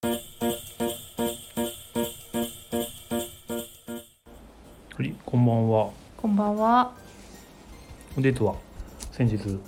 はい、こんばんは。 こんばんは。 実は先日今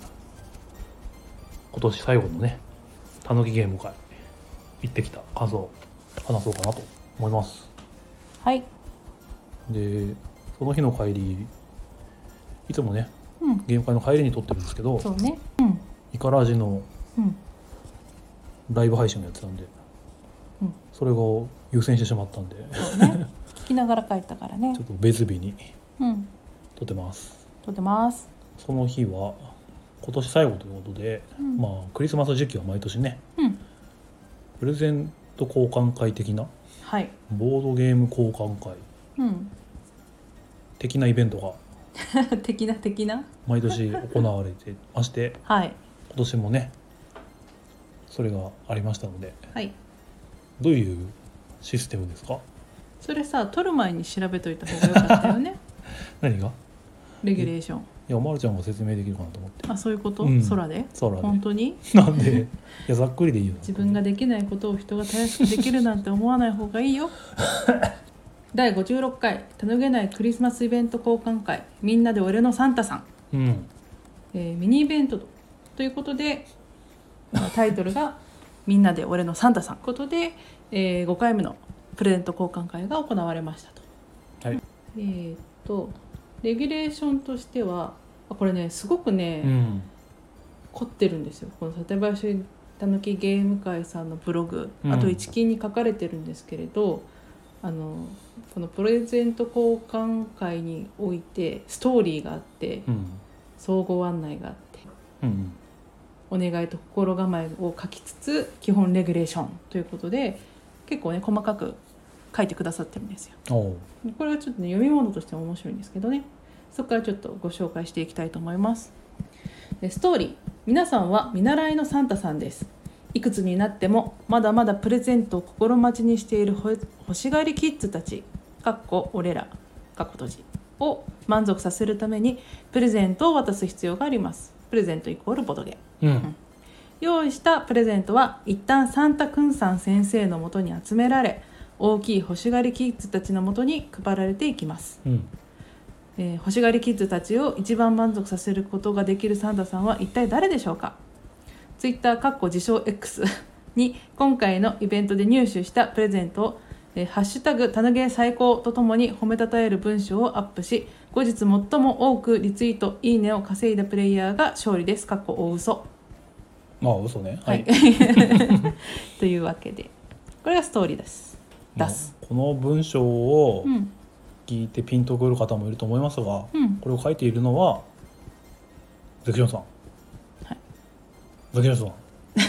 年最後のねたぬきゲーム会行ってきた感想を話そうかなと思います。 はい。 でその日の帰り、いつもねうん。 ゲーム会の帰りに撮ってるんですけど、 そうね。うん。 イカラジのうん。 ライブ配信のやつなんで、それが優先してしまったんでそうね。聞きながら帰ったからねちょ。っと別日にうん。 撮ってます。 撮ってます。 その日は今年最後ということで、 うんまあクリスマス時期は毎年ねうん。 プレゼント交換会的なはい。 ボードゲーム交換会うん的なイベントが的な毎年行われてましてはい今年もねそれがありましたので、 はい。 どういうシステムですか？ それさ、撮る前に調べといた方がよかったよね何が？ レギュレーション。 いや、まるちゃんが説明できるかなと思って。 あ、そういうこと、 空でで本当になんでいやざっくりでいいよ。 自分ができないことを人がたやすくできるなんて思わない方がいいよ第56回たぬげないクリスマスイベント交換会、みんなで俺のサンタさん、 うんミニイベントということで、タイトルがみんなで俺のサンタさんということで、5回目のプレゼント交換会が行われましたと。 はい。 レギュレーションとしてはこれねすごくね、凝ってるんですよ。この館林たぬきゲーム会さんのブログ、あと一金に書かれてるんですけれど、このプレゼント交換会においてストーリーがあって、総合案内があって、お願いと心構えを書きつつ基本レギュレーションということで結構ね細かく書いてくださってるんですよ。これはちょっとね読み物としても面白いんですけどね、そこからちょっとご紹介していきたいと思います。でストーリー、皆さんは見習いのサンタさんです。いくつになってもまだまだプレゼントを心待ちにしている欲しがりキッズたち俺ら閉じを満足させるためにプレゼントを渡す必要があります。プレゼントイコールボドゲ、用意したプレゼントは一旦サンタくんさん先生のもとに集められ、大きい欲しがりキッズたちのもとに配られていきます。欲しがりキッズたちを一番満足させることができるサンタさんは一体誰でしょうか。ツイッター自称 X に今回のイベントで入手したプレゼントをハッシュタグたぬげー最高とともに褒めたたえる文章をアップし、後日最も多くリツイートいいねを稼いだプレイヤーが勝利です。大嘘。 まあ嘘ね。はい。 というわけでこれがストーリーです。 この文章を聞いてピンとくる方もいると思いますが、これを書いているのはゼクションさん。ゼクションさん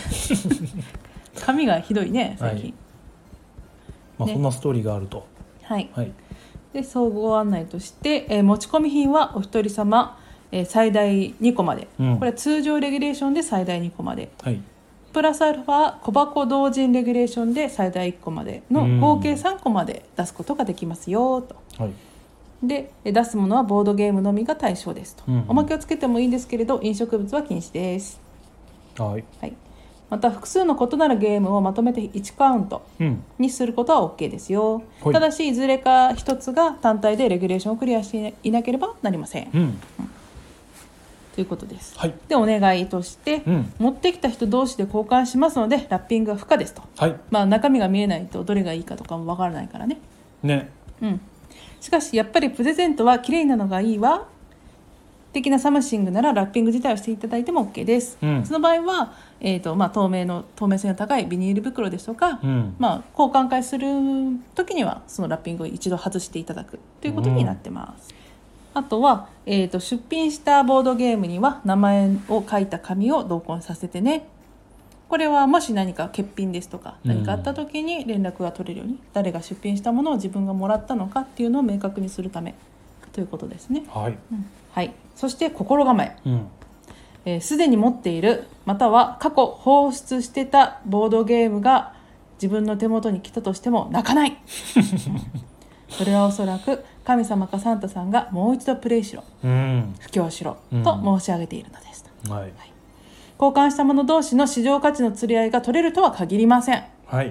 髪がひどいね最近。 そんなストーリーがあると。で総合案内として、持ち込み品はお一人様、最大2個まで、これは通常レギュレーションで最大2個まで、プラスアルファ小箱同人レギュレーションで最大1個までの合計3個まで出すことができますよと。で出すものはボードゲームのみが対象ですと。おまけをつけてもいいんですけれど飲食物は禁止です。また複数の異なるゲームをまとめて1カウントにすることは OK ですよ。ただしいずれか1つが単体でレギュレーションをクリアしていなければなりません、ということです。でお願いとして、持ってきた人同士で交換しますのでラッピングは不可ですと。中身が見えないとどれがいいかとかもわからないからね。しかしやっぱりプレゼントは綺麗なのがいいわ的なサムシングならラッピング自体をしていただいても OK です、その場合は、透明性の高いビニール袋ですとか、交換会する時にはそのラッピングを一度外していただくということになってます、あとは、出品したボードゲームには名前を書いた紙を同梱させてね。これはもし何か欠品ですとか何かあった時に連絡が取れるように、誰が出品したものを自分がもらったのかっていうのを明確にするためということですね。そして心構え、すでに持っているまたは過去放出してたボードゲームが自分の手元に来たとしても泣かないそれはおそらく神様かサンタさんがもう一度プレイしろ、布教しろと申し上げているのです、交換した者同士の市場価値の釣り合いが取れるとは限りません、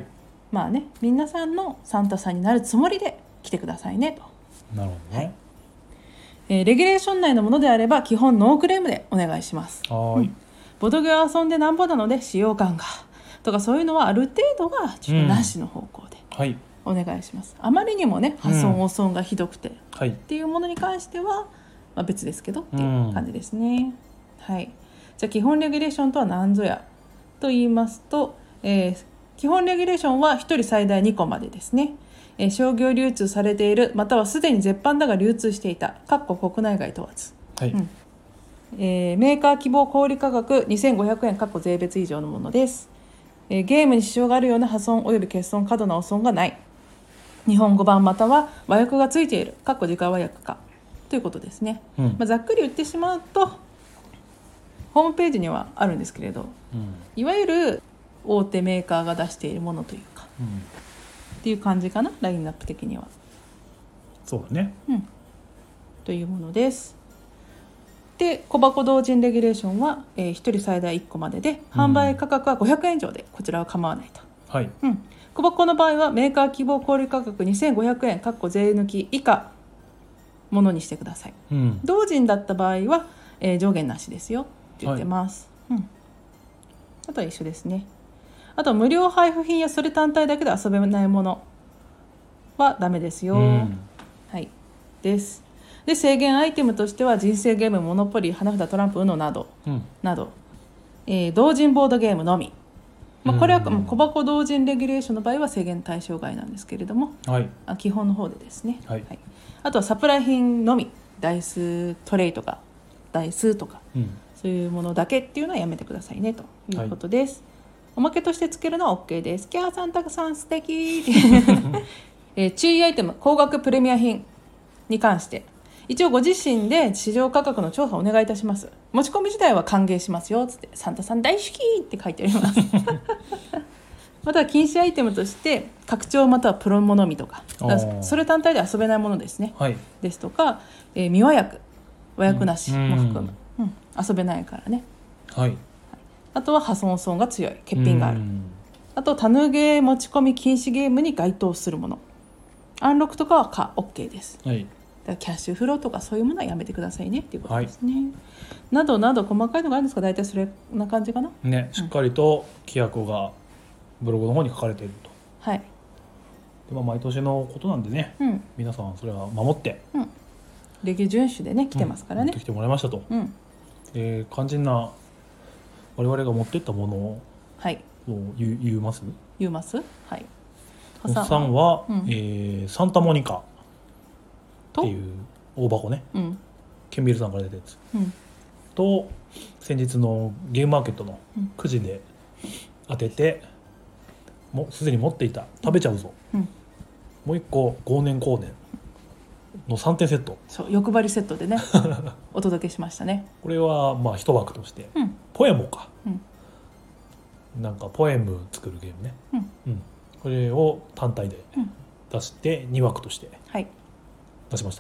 まあね、皆さんのサンタさんになるつもりで来てくださいねと。 なるほどね。 レギュレーション内のものであれば基本ノークレームでお願いします。 はい、 ボドゲを遊んでなんぼなので使用感がとかそういうのはある程度はちょっとなしの方向でお願いします。あまりにもね破損汚損がひどくて、っていうものに関しては、まあ、別ですけどっていう感じですね。はい、じゃあ基本レギュレーションとは何ぞやと言いますと、基本レギュレーションは1人最大2個までですね。商業流通されているまたはすでに絶版だが流通していた国内外問わず、メーカー希望小売価格2500円税別以上のものです。ゲームに支障があるような破損および欠損過度な汚損がない、日本語版または和訳がついている自家和訳かということですね。ざっくり言ってしまうとホームページにはあるんですけれど、いわゆる大手メーカーが出しているものというか、っていう感じかな、ラインナップ的には。 そうだね、 というものです。で小箱同人レギュレーションは、1人最大1個までで販売価格は500円以上でこちらは構わないと。小箱の場合はメーカー希望小売価格2500円税抜き以下ものにしてください。同人だった場合は、上限なしですよって言ってます。あとは一緒ですね。あと無料配布品やそれ単体だけで遊べないものはダメですよ、です。で制限アイテムとしては人生ゲーム、モノポリー、花札、トランプ、UNOなど、同人ボードゲームのみ、これは小箱同人レギュレーションの場合は制限対象外なんですけれども、基本の方でですね、あとはサプライ品のみ、ダイストレイとかダイスとか、そういうものだけっていうのはやめてくださいねということです。おまけとしてつけるのは OK です。キャーサンタさん素敵注意アイテム、高額プレミア品に関して一応ご自身で市場価格の調査をお願いいたします。持ち込み自体は歓迎しますよつって、サンタさん大好きって書いてありますまたは禁止アイテムとして拡張またはプロモのみとか、それ単体で遊べないものですね、ですとか、未和訳、和訳なしも含む、遊べないからね、あとは破損損が強い欠品がある、あとタヌゲー持ち込み禁止ゲームに該当するもの、アンロックとかはOK です、だからキャッシュフローとかそういうものはやめてくださいねっていうことですね、などなど細かいのがあるんですが、大体それな感じかな、 しっかりと規約がブログの方に書かれていると。で毎年のことなんでね、皆さんそれは守って、 レギュ遵守でね来てますからね、 来てもらいましたと、肝心な我々が持っていったものを言います。 おっさんは、サンタモニカっていう大箱ね、ケンビルさんから出たやつ、と先日のゲームマーケットのくじで当てて、もうすでに持っていた食べちゃうぞ、もう一個5年後年の3点セット、 欲張りセットでねお届けしましたね。 これは一枠として、ポエモか、なんかポエム作るゲームね、これを単体で出して2枠として出しました。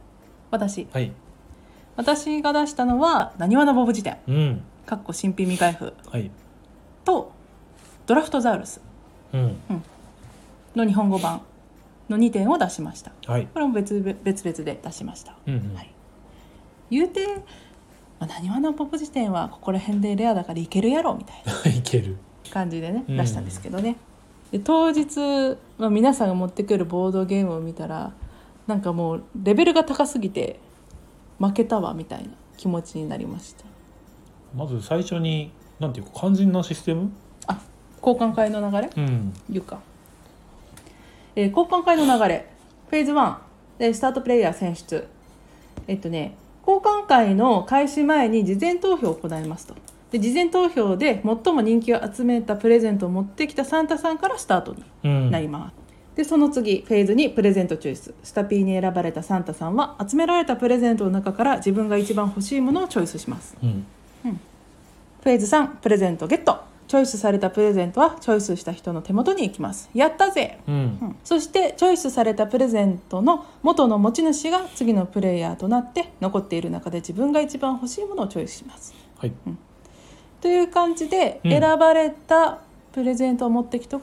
私が出したのはなにわのボブ辞典、新品未開封、とドラフトザウルス、の日本語版の2点を出しました、これも別々で出しました、言うて、なにわのボブ辞典はここら辺でレアだからいけるやろみたいないける感じでね、出したんですけどね。で当日、皆さんが持ってくるボードゲームを見たら、なんかもうレベルが高すぎて負けたわみたいな気持ちになりました。 まず最初になんていうか肝心なシステム、 交換会の流れ、言うか、交換会の流れ、フェーズ1でスタートプレイヤー選出、交換会の開始前に事前投票を行いますと。で事前投票で最も人気を集めたプレゼントを持ってきたサンタさんからスタートになります、でその次フェーズ2プレゼントチョイス、スタピーに選ばれたサンタさんは集められたプレゼントの中から自分が一番欲しいものをチョイスします、フェーズ3プレゼントゲット、チョイスされたプレゼントはチョイスした人の手元に行きます。やったぜ、そしてチョイスされたプレゼントの元の持ち主が次のプレイヤーとなって残っている中で自分が一番欲しいものをチョイスします、という感じで選ばれたプレゼントを持ってきた人が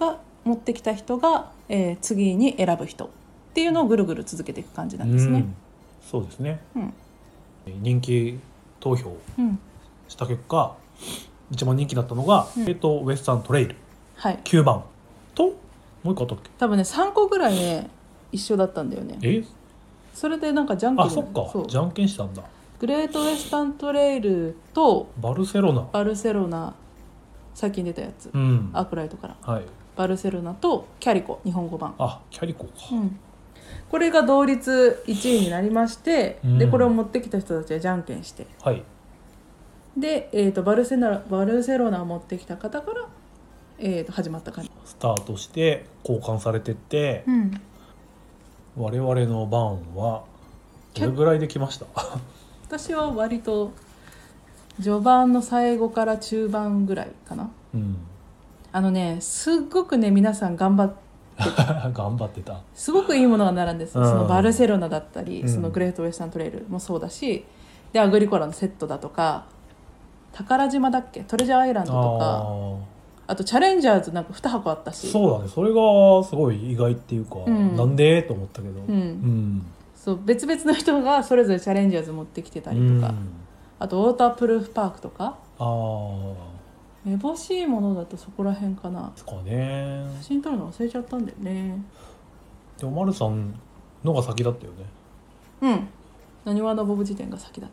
持ってきた人が、次に選ぶ人っていうのをぐるぐる続けていく感じなんですね。 そうですね、 うん、 人気投票した結果、一番人気だったのが、ウエスタントレイル、はい、9番ともう一個あったっけ。 多分ね3個ぐらいね一緒だったんだよね。それでなんかじゃんけん、 そっか、じゃんけんしたんだ。 グレートウエスタントレイルとバルセロナ最近出たやつ、アークライトから、バルセロナとキャリコ日本語版、 キャリコか、 これが同率1位になりまして、でこれを持ってきた人たちはじゃんけんして、で、バルセロナを持ってきた方から、始まった感じ。 スタートして交換されてって、我々の番はどれぐらいで来ました？ 私は割と序盤の最後から中盤ぐらいかな、すっごくね皆さん頑張ってたすごくいいものが並んでそのバルセロナだったり、そのグレートウエスタントレイルもそうだし、でアグリコラのセットだとか、宝島だっけ、トレジャーアイランドとか、あとチャレンジャーズなんか2箱あったし。 そうだね、それがすごい意外っていうか、なんでと思ったけど、 そう別々の人がそれぞれチャレンジャーズ持ってきてたりとか、あとウォータープルーフパークとか、めぼしいものだとそこら辺かな。 ですかね。 写真撮るの忘れちゃったんだよね。 でも丸さんのが先だったよね。なにわのボブ辞典が先だった。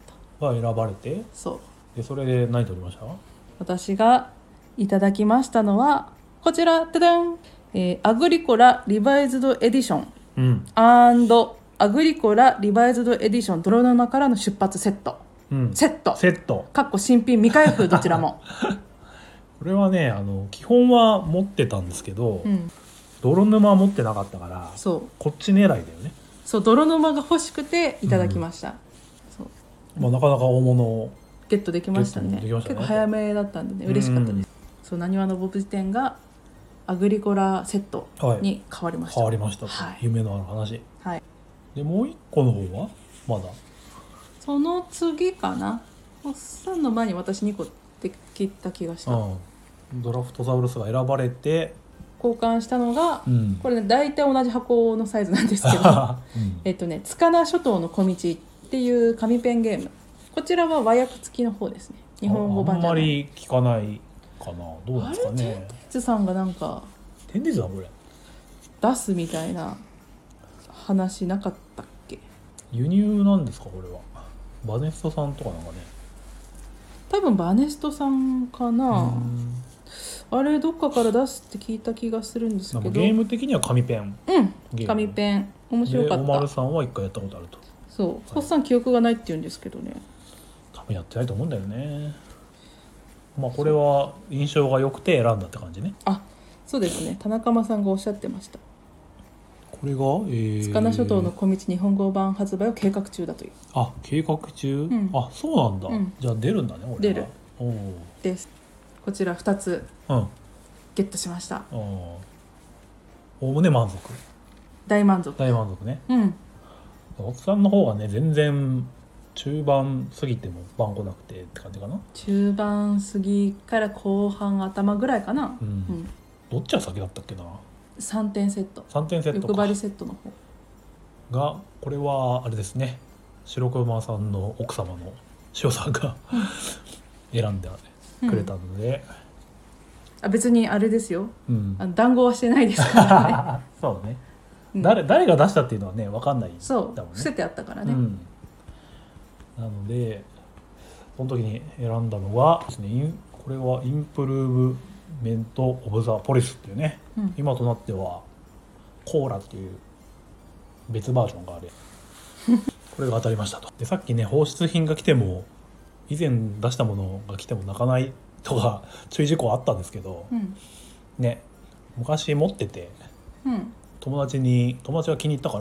が選ばれて、でそれで何撮りました？ 私がいただきましたのはこちら、てだん、アグリコラリバイズドエディション、アグリコラリバイズドエディション泥沼からの出発セット、セットかっこ新品未開封どちらもこれはね基本は持ってたんですけど、泥沼は持ってなかったから、こっち狙いだよね。 そう泥沼が欲しくていただきました。 なかなか大物をゲットできましたね。結構早めだったんでね、嬉しかったです。そうなにわのボブ辞典がアグリコラセットに変わりました。 変わりましたと、夢のある話。でもう一個の方はまだその次かな。おっさんの前に私2個できた気がした。 ドラフトザウルスが選ばれて交換したのが、これね大体同じ箱のサイズなんですけど塚名諸島の小道っていう紙ペンゲーム、こちらは和訳付きの方ですね。日本語版じゃない。 あんまり聞かないかな。どうなんですかね。 テンディズさんがなんかテンディズはこれ出すみたいな話なかったっけ。 輸入なんですかこれは。バネストさんとかなんかね。 多分バネストさんかな。あれどっかから出すって聞いた気がするんですけど、 ゲーム的には紙ペン、 紙ペン面白かった。 おまるさんは一回やったことあると。 そう、ホッさん記憶がないって言うんですけどね。 多分やってないと思うんだよね。これは印象が良くて選んだって感じね。 そうですね。田中間さんがおっしゃってました。 これが、 塚名諸島の小道日本語版発売を計画中だという。 計画中、そうなんだ、じゃあ出るんだね。俺出るです。こちら2つゲットしました。 おおむね満足。 大満足ね。奥さんの方がね全然中盤過ぎても番来なくてって感じかな。 中盤過ぎから後半頭ぐらいかな。 どっちが先だったっけな。 3点セット欲張りセットの方が、これはあれですね、白熊さんの奥様の塩さんが選んでくれたので、 別にあれですよ、談合はしてないですからねそうね、誰が出したっていうのはね分かんない、 そう、伏せてあったからね、 なのでその時に選んだのがですね、これはインプルーブメント・オブ・ザ・ポリスっていうね、今となってはコーラっていう別バージョンがあるこれが当たりましたと。でさっきね放出品が来ても以前出したものが来ても泣かないとか注意事項あったんですけど、ね、昔持ってて、友達が気に入ったから、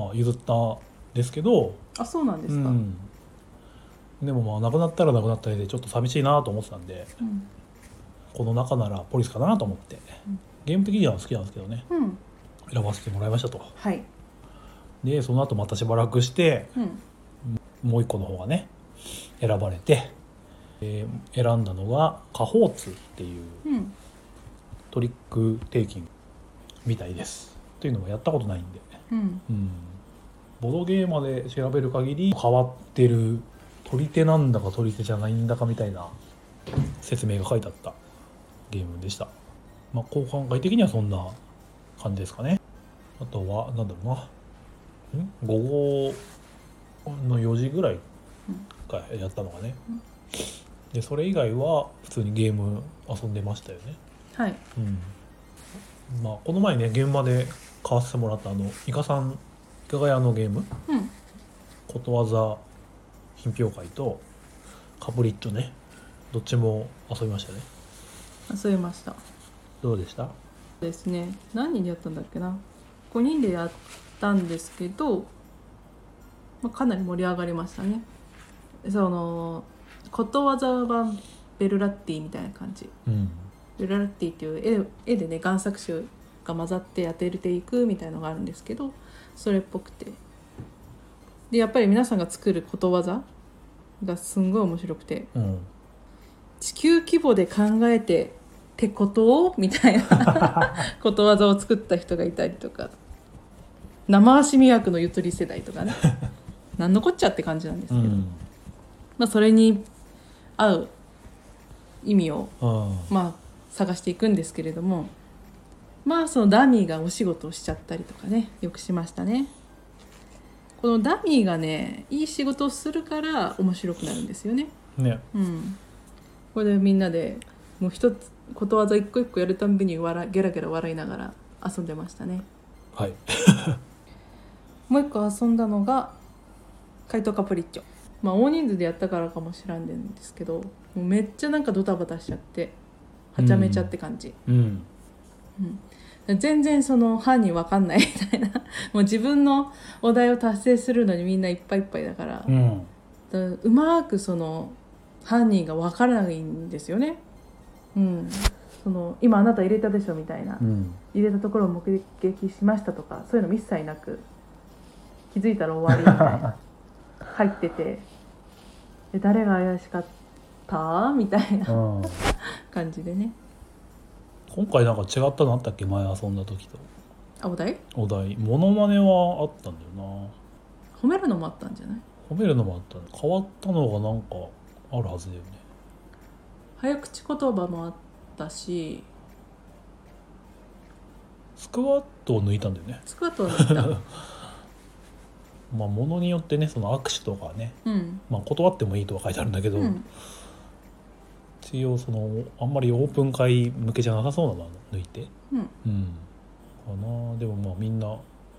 譲ったんですけど。 そうなんですか。 でもなくなったらなくなったりでちょっと寂しいなと思ってたんで、この中ならポリスかなと思って、ゲーム的には好きなんですけどね、選ばせてもらいましたと。でその後またしばらくして、もう一個の方がね選ばれて、選んだのがカホーツっていうトリックテイキングみたいですというのもやったことないんで、ボドゲーマで調べる限り変わってる、取り手なんだか取り手じゃないんだかみたいな説明が書いてあったゲームでした。交換会的にはそんな感じですかね。あとはなんだろうな、午後の4時ぐらいかやったのがね、でそれ以外は普通にゲーム遊んでましたよね。 はい、 この前ね現場で買わせてもらったイカガヤのゲーム、ことわざ品評会とカプリッチョね、どっちも遊びましたね。 遊びました。 どうでしたですね。何人でやったんだっけな、5人でやったんですけど、かなり盛り上がりましたね。そのことわざ版ベルラッティみたいな感じ、ベルラッティっていう絵でね贋作集が混ざって当てていくみたいなのがあるんですけど、それっぽくて、でやっぱり皆さんが作ることわざがすんごい面白くて、地球規模で考えてってことをみたいなことわざを作った人がいたりとか、生足魅惑のゆとり世代とかね何のこっちゃって感じなんですけど、それに合う意味を探していくんですけれども、そのダミーがお仕事をしちゃったりとかね、よくしましたね。このダミーがねいい仕事をするから面白くなるんですよね。これでみんなでもう一つことわざ一個一個やるたんびにゲラゲラ笑いながら遊んでましたね。 はいもう一個遊んだのが怪盗カプリッチョ。大人数でやったからかもしれんですけど、もうめっちゃなんかドタバタしちゃってはちゃめちゃって感じ、全然その犯人わかんないみたいなもう自分のお題を達成するのにみんないっぱいいっぱいだから、うまくその犯人がわからないんですよね。その今あなた入れたでしょみたいな、入れたところを目撃しましたとかそういうの一切なく、気づいたら終わりみたいな入ってて、で誰が怪しかったみたいな感じでね。 今回なんか違ったのあったっけ、前遊んだ時と。 お題モノマネはあったんだよな。 褒めるのもあったんじゃない？ 褒めるのもあった。変わったのがなんかあるはずだよね。 早口言葉もあったし、 スクワットを抜いたんだよね。 スクワットを抜いたものによってね、その握手とかね、断ってもいいとは書いてあるんだけど、一応そのあんまりオープン会向けじゃなさそうなの抜いて、かな。でもみんな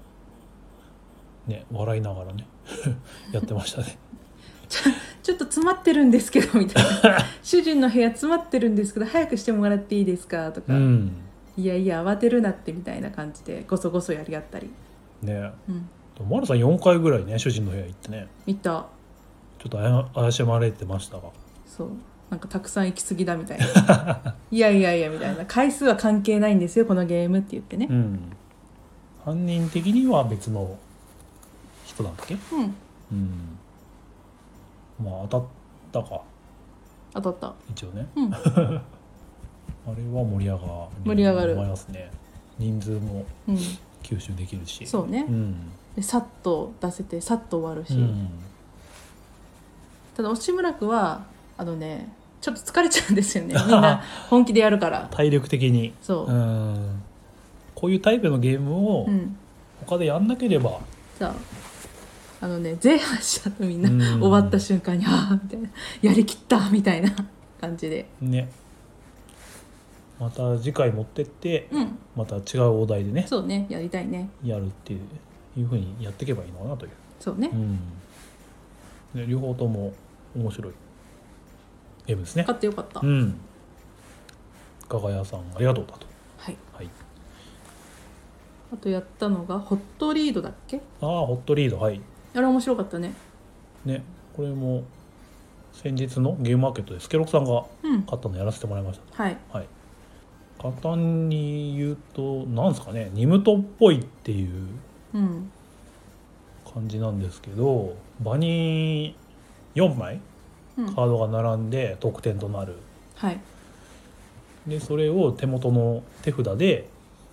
ね笑いながらねやってましたねちょっと詰まってるんですけどみたいな主人の部屋詰まってるんですけど早くしてもらっていいですかとか、いやいや慌てるなってみたいな感じでごそごそやり合ったりね。 マルさん4回ぐらいね主人の部屋行ってね。 見た。 ちょっと怪しまれてましたが、 そうなんかたくさん行き過ぎだみたいないやいやいやみたいな、回数は関係ないんですよこのゲームって言ってね、 犯人的には別の人なんだっけ。当たったか。 当たった一応ね、あれは盛り上がる思いますね。人数も吸収できるし、 そうね、でさっと出せてさっと終わるし、ただ押村区はちょっと疲れちゃうんですよねみんな本気でやるから体力的に。 そうこういうタイプのゲームを他でやんなければ、 ゼーハしちゃってみんな終わった瞬間にみたいな、やりきったみたいな感じでね。また次回持ってって、また違うお題でね、 そうね、やりたいね、 やるっていう風にやっていけばいいのかなという。 そうね、 両方とも面白いゲームですね。 買ってよかった。 加賀屋さんありがとうだと。 はい、あとやったのがホットリードだっけ。 ホットリード、あれ面白かったね。 これも先日のゲームマーケットでスケロクさんが買ったのやらせてもらいました。簡単に言うとなんですかね、ニムトっぽいっていう感じなんですけど、場に4枚カードが並んで得点となる、 でそれを手元の手札で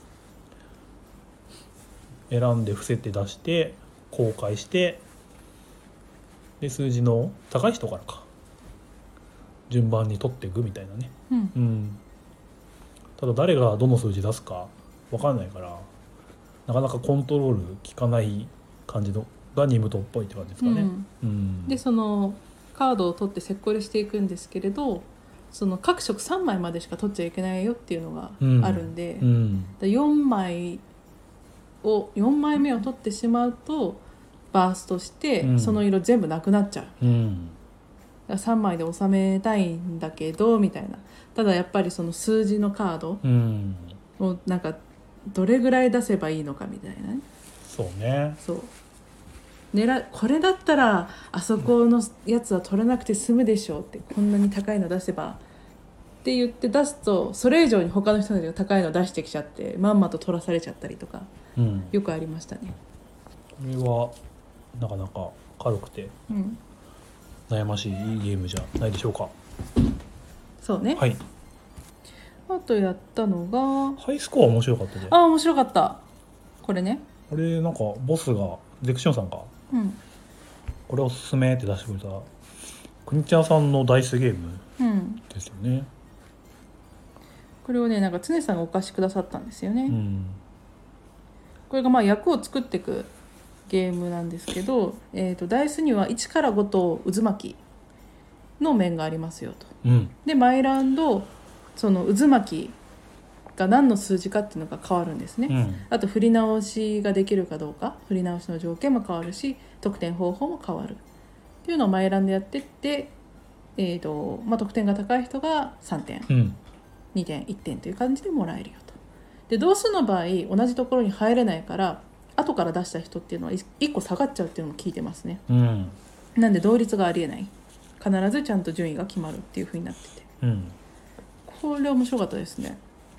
選んで伏せて出して公開して、で数字の高い人からか順番に取っていくみたいなね、 うんうん、ただ誰がどの数字出すか分かんないからなかなかコントロール効かない感じのがニムトっぽいって感じですかね、 うんうん、でそのカードを取ってセッコリしていくんですけれど、その各色3枚までしか取っちゃいけないよっていうのがあるんで、 うん、 4枚目を取ってしまうとバーストして、その色全部なくなっちゃう、だから3枚で収めたいんだけどみたいな。ただやっぱりその数字のカードをなんかどれぐらい出せばいいのかみたいなね。 そうね。 そうこれだったらあそこのやつは取らなくて済むでしょうって、こんなに高いの出せばって言って出すと、それ以上に他の人たちが高いの出してきちゃってまんまと取らされちゃったりとか、よくありましたね。 これはなかなか軽くて悩ましいゲームじゃないでしょうか。 そうね。 はい。 あとやったのがハイスコア面白かったね。 面白かった。これね。 これなんかボスがゼクションさんが、これおすすめって出してくれたクニチャーさんのダイスゲームですよね、 これをねなんか常さんがお貸しくださったんですよね、これがまあ役を作っていくゲームなんですけど、ダイスには1から5と渦巻きの面がありますよと、で毎ラウンドその渦巻きが何の数字かっていうのが変わるんですね、あと振り直しができるかどうか、振り直しの条件も変わるし得点方法も変わるっていうのを毎ラウンドやってって、得点が高い人が3点、2点1点という感じでもらえるよと。で同数の場合同じところに入れないから後から出した人っていうのは1個下がっちゃうっていうのも聞いてますね、なんで同率がありえない、必ずちゃんと順位が決まるっていう風になってて、これ面白かったですね。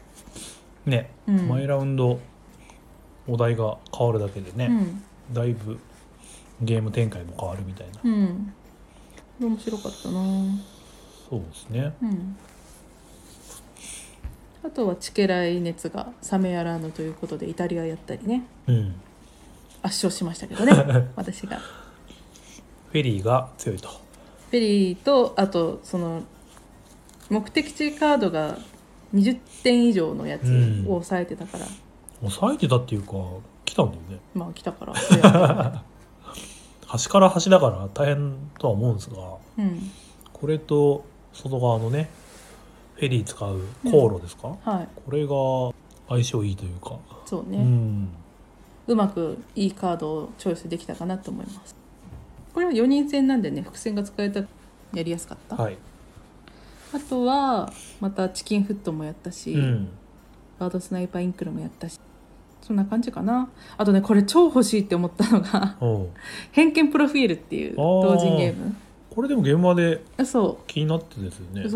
毎ラウンドお題が変わるだけでね、だいぶゲーム展開も変わるみたいな、 面白かったな。 そうですね、 あとはチケライ熱が冷めやらぬということでイタリアやったりね、圧勝しましたけどね私が。 フェリーが強いと。 フェリーとあとその目的地カードが20点以上のやつを抑えてたから、 抑えてたっていうか来たんだよね。 まあ来たから端から端だから大変とは思うんですが、これと外側のねフェリー使う航路ですか、これが相性いいというか、 そうね、うまくいいカードをチョイスできたかなと思います。これは4人戦なんでね伏線が使えたやりやすかった、あとはまたチキンフットもやったし、バードスナイパーインクルもやったし、そんな感じかな。あとねこれ超欲しいって思ったのが偏見プロフィールっていう同人ゲーム。 これでも現場で気になってですよね。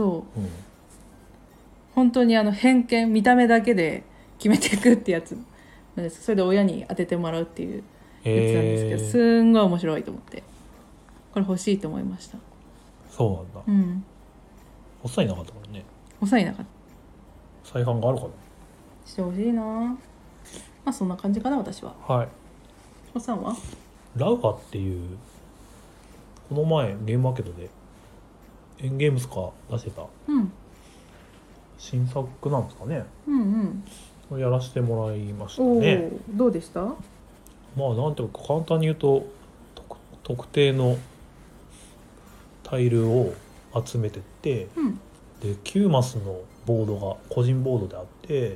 本当に偏見見た目だけで決めていくってやつなんです。それで親に当ててもらうっていうやつなんですけど、すんごい面白いと思ってこれ欲しいと思いました。 そうなんだ。おさいなかったからね。 おさいなかった。 再販があるかな。 してほしいな。まあそんな感じかな私は。おさんはラウハっていうこの前ゲームマーケットでエンゲームスか出してた、新作なんですかね。やらせてもらいましたね。 どうでした？ まあなんていうか簡単に言うと特定のタイルを集めてって、で9マスのボードが個人ボードであって、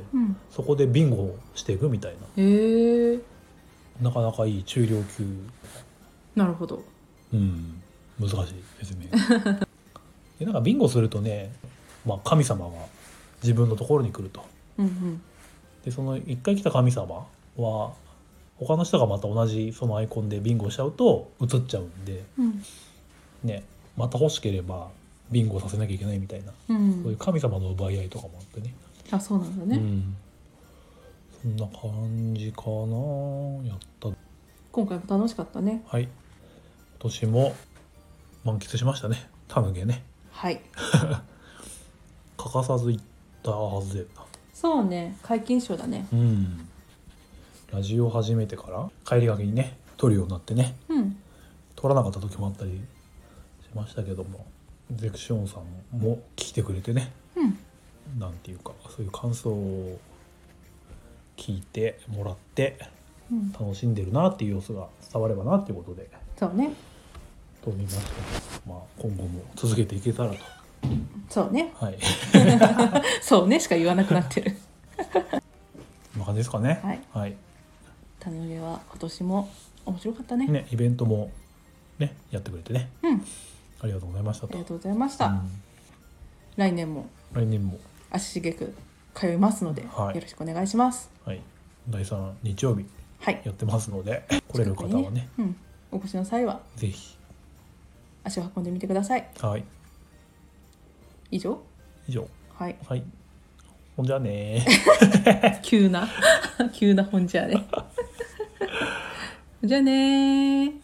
そこでビンゴをしていくみたいな、なかなかいい中量級。 なるほど。 難しい説明でなんかビンゴするとね、神様が自分のところに来ると、でその一回来た神様は他の人がまた同じそのアイコンでビンゴしちゃうと映っちゃうんで、ね、また欲しければビンゴさせなきゃいけないみたいな、そういう神様の奪い合いとかもあってね。 そうなんだね。 そんな感じかな。やった今回も楽しかったね。 今年も満喫しましたね。タヌゲね。欠かさず行ったはずだよな。 そうね、皆勤賞だね。 うん。ラジオ始めてから帰りがけにね撮るようになってね、撮らなかった時もあったりしましたけども、ゼクシオンさんも来てくれてね、なんていうかそういう感想を聞いてもらって楽しんでるなっていう様子が伝わればなっていうことで、 そうね、 撮りました。まあ今後も続けていけたらと。 そうね、 はいそうねしか言わなくなってるこんな感じですかね。 はい、 はい、 田植えは今年も面白かったね。 ね、イベントもねやってくれてね、ありがとうございましたと。 ありがとうございました、来年も足しげく通いますので、よろしくお願いします。 はい、第3日曜日やってますので、来れる方はね、 お越しの際はぜひ足を運んでみてください。 はい、 以上はい、 ほんじゃね急なほんじゃねじゃあね